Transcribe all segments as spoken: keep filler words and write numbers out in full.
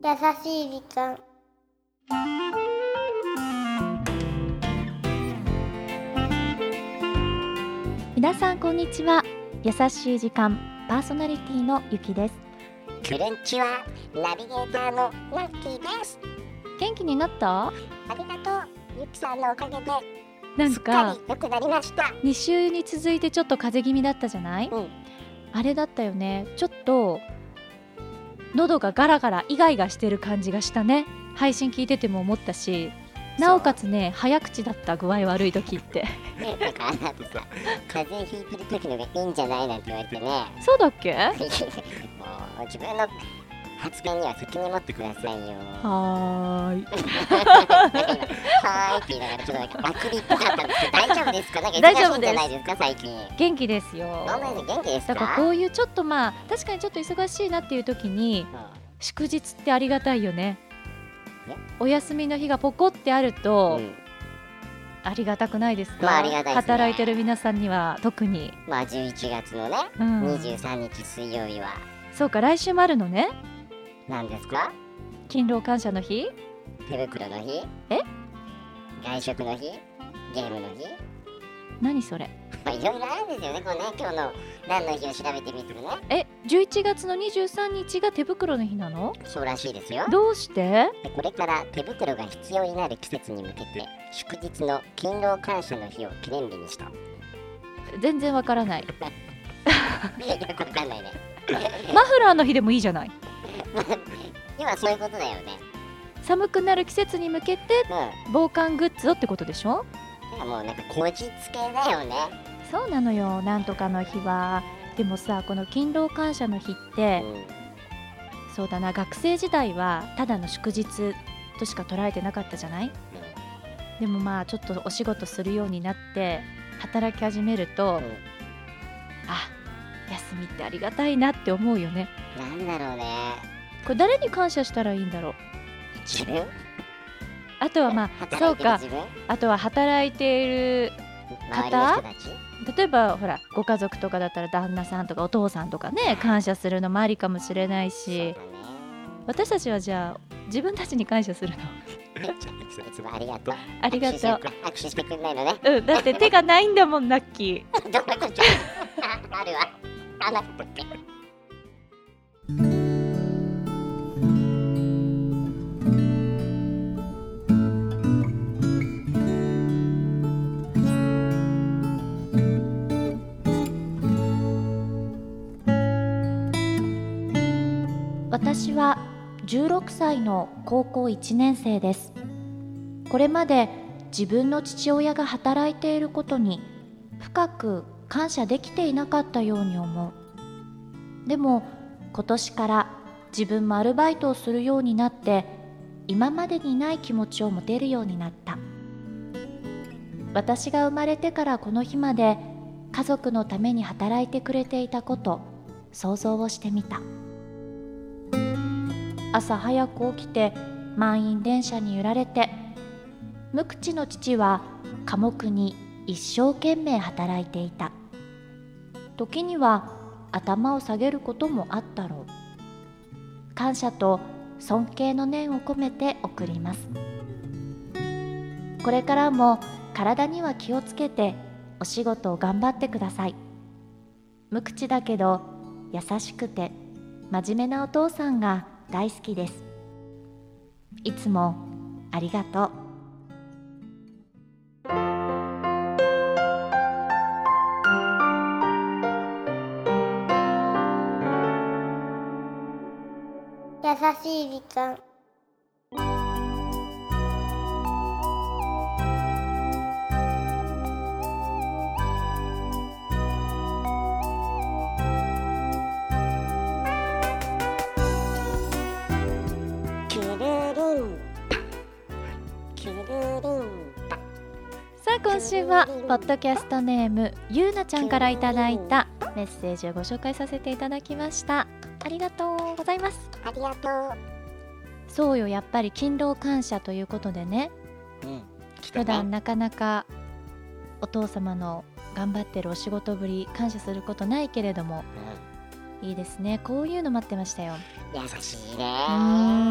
優しい時間。 皆さんこんにちは。優しい時間パーソナリティのゆきです。 クレンチはナビゲーターのナッキーです。 元気になった？ ありがとう。ゆきさんのおかげでなんすっかかり良くなりました。 に週に続いてちょっと風邪気味だったじゃない、 うん、 あれだったよね。ちょっと喉がガラガライガイガしてる感じがしたね。配信聞いてても思ったし、なおかつね早口だった。具合悪い時ってなんかあなたさ、風邪ひいてる時のがいいんじゃないなんて言われてね。 そうだっけ？ もう自分の発言には責任持ってくださいよ。 はーいはーいって言いながらちょっとなんかあくびっぽかったんですけど、大丈夫ですか？なんか大丈夫です忙しいんじゃないですか最近。 元気ですよ。 どんなに元気ですか？ だからこういうちょっとまあ確かにちょっと忙しいなっていう時にうん祝日ってありがたいよね。 えお休みの日がポコってあると、 うん、 ありがたくないですか？ まあありがたいですね。 働いてる皆さんには特に、 まあじゅういちがつのね、 うんにじゅうさんにち水曜日はそうか来週もあるのね。 何ですか？ 勤労感謝の日。 手袋の日？ え？ 外食の日？ゲームの日？ 何それ？ まあいろいろあるんですよね。こうね、今日の何の日を調べてみてもね。 えじゅういちがつのにじゅうさんにちが手袋の日なの？ そうらしいですよ。 どうして？ でこれから手袋が必要になる季節に向けて祝日の勤労感謝の日を記念日にした。 全然わからない。 よくわかんないね。 マフラーの日でもいいじゃない。 要はそういうことだよね。 寒くなる季節に向けてうん。 防寒グッズをってことでしょ？ いやもうなんかこじつけだよね。 そうなのよ。なんとかの日は。でもさ、この勤労感謝の日ってうん。 そうだな、学生時代はただの祝日としか捉えてなかったじゃない。でもまあちょっとお仕事するようになって働き始めると、 うん。 あ、休みってありがたいなって思うよね。 なんだろうね。 これ誰に感謝したらいいんだろう。 自分？ あとはまあ働そうか、 いてる自分？ あとは働いている周りの人たち？ 例えばほらご家族とかだったら旦那さんとかお父さんとかね感謝するのもありかもしれないし、 そうだね。 私たちはじゃあ自分たちに感謝するの。 じゃあいつもありがとう。 ありがとう。 握手してくんないのね。 うん、だって手がないんだもんナッキー。 どんなこっちゃ。あるわ。あなただっけ。 私はじゅうろくさいの高校いちねん生です。これまで自分の父親が働いていることに深く感謝できていなかったように思う。でも今年から自分もアルバイトをするようになって今までにない気持ちを持てるようになった。私が生まれてからこの日まで家族のために働いてくれていたこと、想像をしてみた。朝早く起きて満員電車に揺られて、無口の父は寡黙に一生懸命働いていた。時には頭を下げることもあったろう。感謝と尊敬の念を込めて送ります。これからも体には気をつけてお仕事を頑張ってください。無口だけど優しくて真面目なお父さんが大好きです。いつもありがとう。 優しい時間。 キュルリンキュルリンさあ今週はポッドキャストネームゆうなちゃんからいただいたメッセージをご紹介させていただきました。ありがとうございます。 ありがとう。 そうよ、やっぱり勤労感謝ということでね、 うん、来たね。 普段なかなかお父様の頑張ってるお仕事ぶり感謝することないけれども、いいですね。こういうの待ってましたよ。 うん、優しいうねーん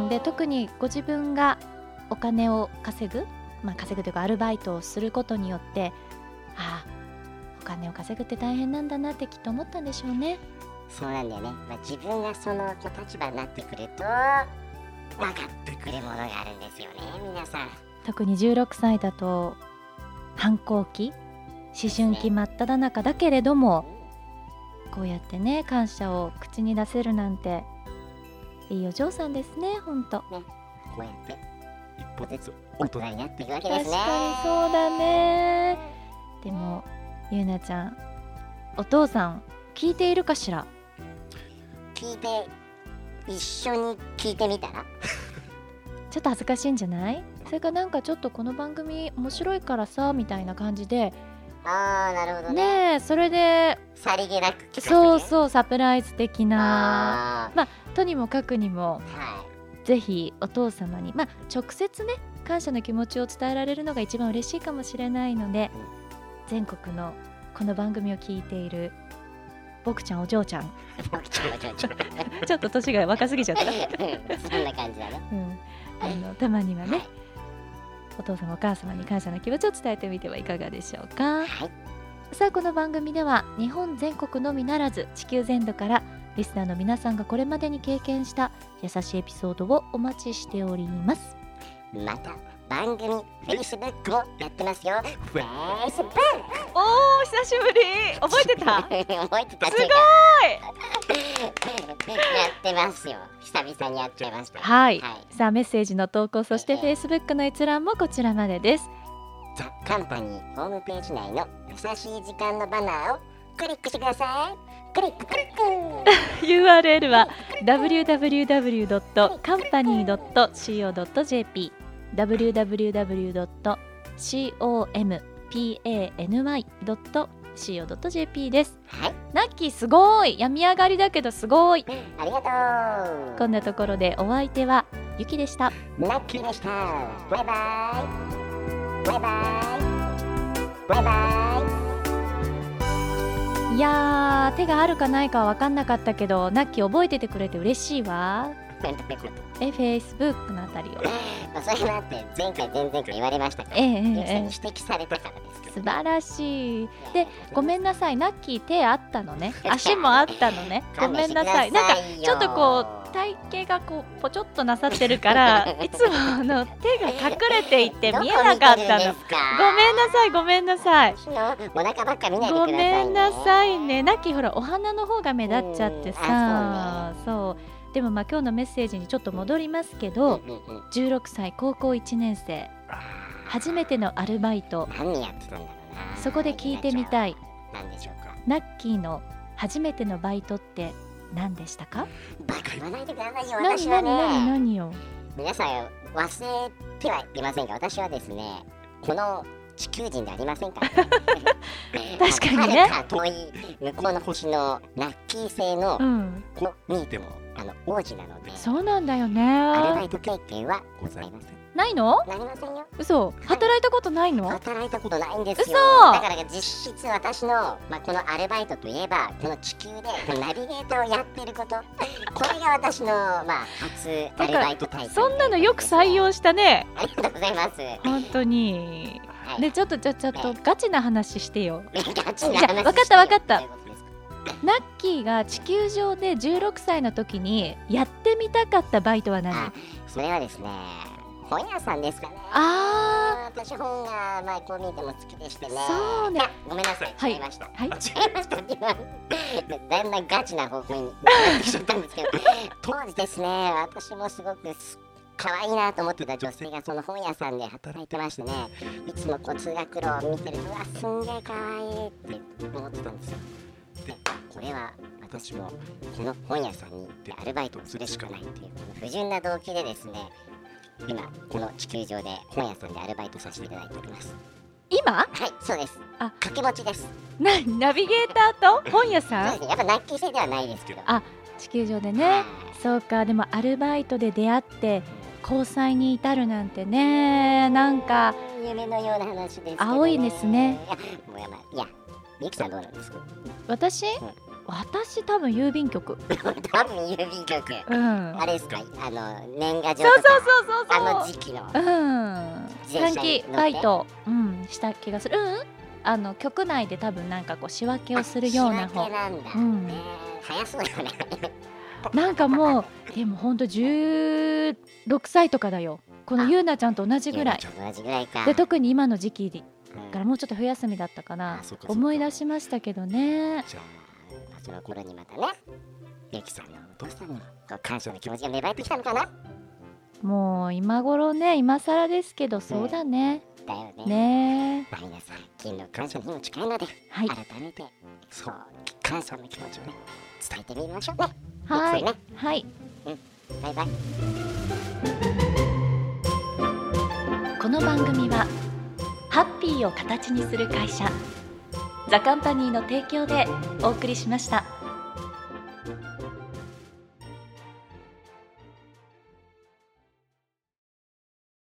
んで、特にご自分がお金を稼ぐ、まあ、稼ぐというかアルバイトをすることによって、ああお金を稼ぐって大変なんだなってきっと思ったんでしょうね。 そうなんだよね、まあ、自分がその立場になってくると分かってくるものがあるんですよね、皆さん。 特にじゅうろくさいだと反抗期、思春期真っ只中だけれども、こうやってね感謝を口に出せるなんていいお嬢さんですね。ほんと、 ね、こうやって一歩ずつ大人になっていくわけですね。 確かにそうだね。でもゆうなちゃん、お父さん聞いているかしら？ 聞いて、一緒に聞いてみたらちょっと恥ずかしいんじゃない？それかなんかちょっとこの番組面白いからさみたいな感じで、 あーなるほどね。 ねえ、それでさりげなく聞かせる。 そうそうサプライズ的な、 あまあとにもかくにもーはぜひお父様に、まあ直接ね感謝の気持ちを伝えられるのが一番嬉しいかもしれないので、全国のこの番組を聞いている僕ちゃんお嬢ちゃんい僕ちょちょちょちょっと年が若すぎちゃった、 そんな感じだね。 うん、あのたまにはねお父様お母様に感謝の気持ちを伝えてみてはいかがでしょうか。 はい、 さあこの番組では日本全国のみならず地球全土からリスナーの皆さんがこれまでに経験した優しいエピソードをお待ちしております。 また番組 Facebook もやってますよ。 Facebook おー久しぶり、覚えてた覚えてた。 すごいやってますよ。久々にやっちゃいました。 はい、 はい、 さあメッセージの投稿、そして Facebook の閲覧もこちらまでです。 ザ・カンパニーホームページ内の優しい時間のバナーをクリックしてください。クリッククリックユーアールエル は ダブリューダブリューダブリュードットカンパニードットシーオードットジェーピー ダブリューダブリューダブリュードットシーオーエムピーエーエヌワイドットシーオードットジェーピー です。 はい、 ナッキーすごい、病み上がりだけどすごい。 ありがとう。 こんなところでお相手はゆきでした。 ナッキーでした。バイバイバイバイバイバイ。 いやー手があるかないかは分かんなかったけど、ナッキー覚えててくれて嬉しいわ。え、Facebook のあたりをそれなんて前回前々回言われましたから、 ええええゆきさんに指摘されたからですけど、 素晴らしい。で、ごめんなさい、ナッキー手あったのね、足もあったのね、ごめんなさい。なんかちょっとこう体型がこうポチョっとなさってるからいつもの手が隠れていて見えなかったの。ごめんなさいごめんなさい私のお腹ばっか見ないでくださいね。 ごめんなさいね。ナッキーほらお花の方が目立っちゃってさ、そう,、そうでもまあ今日のメッセージにちょっと戻りますけど、 うんうんうん、 じゅうろくさい高校いちねん生、初めてのアルバイト、 何やってたんだろうな。 そこで聞いてみたい。 何でしょうか。 ナッキーの初めてのバイトって何でしたか？ バカ言わないでくださいよ。 何私は何何ね、 何よ。 皆さん忘れてはいませんが、私はですね、この地球人でありませんから、ね、 確かにね。 はるか遠い向こうの星のラッキー星の、 うん、 このにでもあの王子なので、 そうなんだよね。 アルバイト経験はございません。 ないの？ なりませんよ。 嘘、働いたことないの？ 働いたことないんですよ。 嘘。 だから実質私の、まあ、このアルバイトといえばこの地球でナビゲーターをやってること、これが私の、まあ、初アルバイト体験。 そんなのよく採用したね。 ありがとうございます。 本当に。 はい、 でちょっとちょちょっとガチな話してよ。 ガチな話してよ。 じゃあ分かった分かった。ナッキーが地球上でじゅうろくさいの時にやってみたかったバイトは何？ あ、それはですね、本屋さんですかね。 ああ、私本が、まあ、こう見ても好きでしてね。 そうね。 ごめんなさい、 はい、 違いました。 はい、 違いましたって今だんだんガチな方向になってきちゃったんですけど当時ですね、私もすごく可愛いなと思ってた女性がその本屋さんで働いてましてね、いつもこう通学路を見てると、うわ、すんげえ可愛いって思ってたんですよ。で、これは私もこの本屋さんに行ってアルバイトをするしかないという不純な動機でですね、今この地球上で本屋さんでアルバイトさせていただいております。 今？ はい、そうです。 あ、 掛け持ちです。 な、ナビゲーターと本屋さん？ そうですね、やっぱナッキー制ではないですけど。 あ、地球上でね。そうか、でもアルバイトで出会って交際に至るなんてね、なんか夢のような話ですけどね。 青いですね。 いや、もうやばい。いや、ゆきさんどうなんですか？ 私、 うん、 私多分郵便局多分郵便局、 うん、 あれですか、あの年賀状そうとか、 そうそうそうそうあの時期の、 うん自転車短期に乗ってバイト、うん、した気がする。うんあの局内で多分なんかこう仕分けをするようなあ仕分方けなんだ、 うんね早そうだよねなんかもうでもほんとじゅうろくさいとかだよ、このゆうなちゃんと同じぐらいちょっと同じぐらいかで、特に今の時期うんからもうちょっと冬休みだったかな、 あそっかそっか思い出しましたけどね。 じゃあその頃にまたね、ゆきさんのお父さんにこう感謝の気持ちが芽生えてきたのかな。 もう今頃ね、今更ですけど、そうだね、 だよね。 ねまあ皆さん、金の感謝の日も近いので、 はい改めてそう感謝の気持ちをね伝えてみましょうね。 はいそうねはい。 バイバイ。 この番組はハッピーを形にする会社ザカンパニーの提供でお送りしました。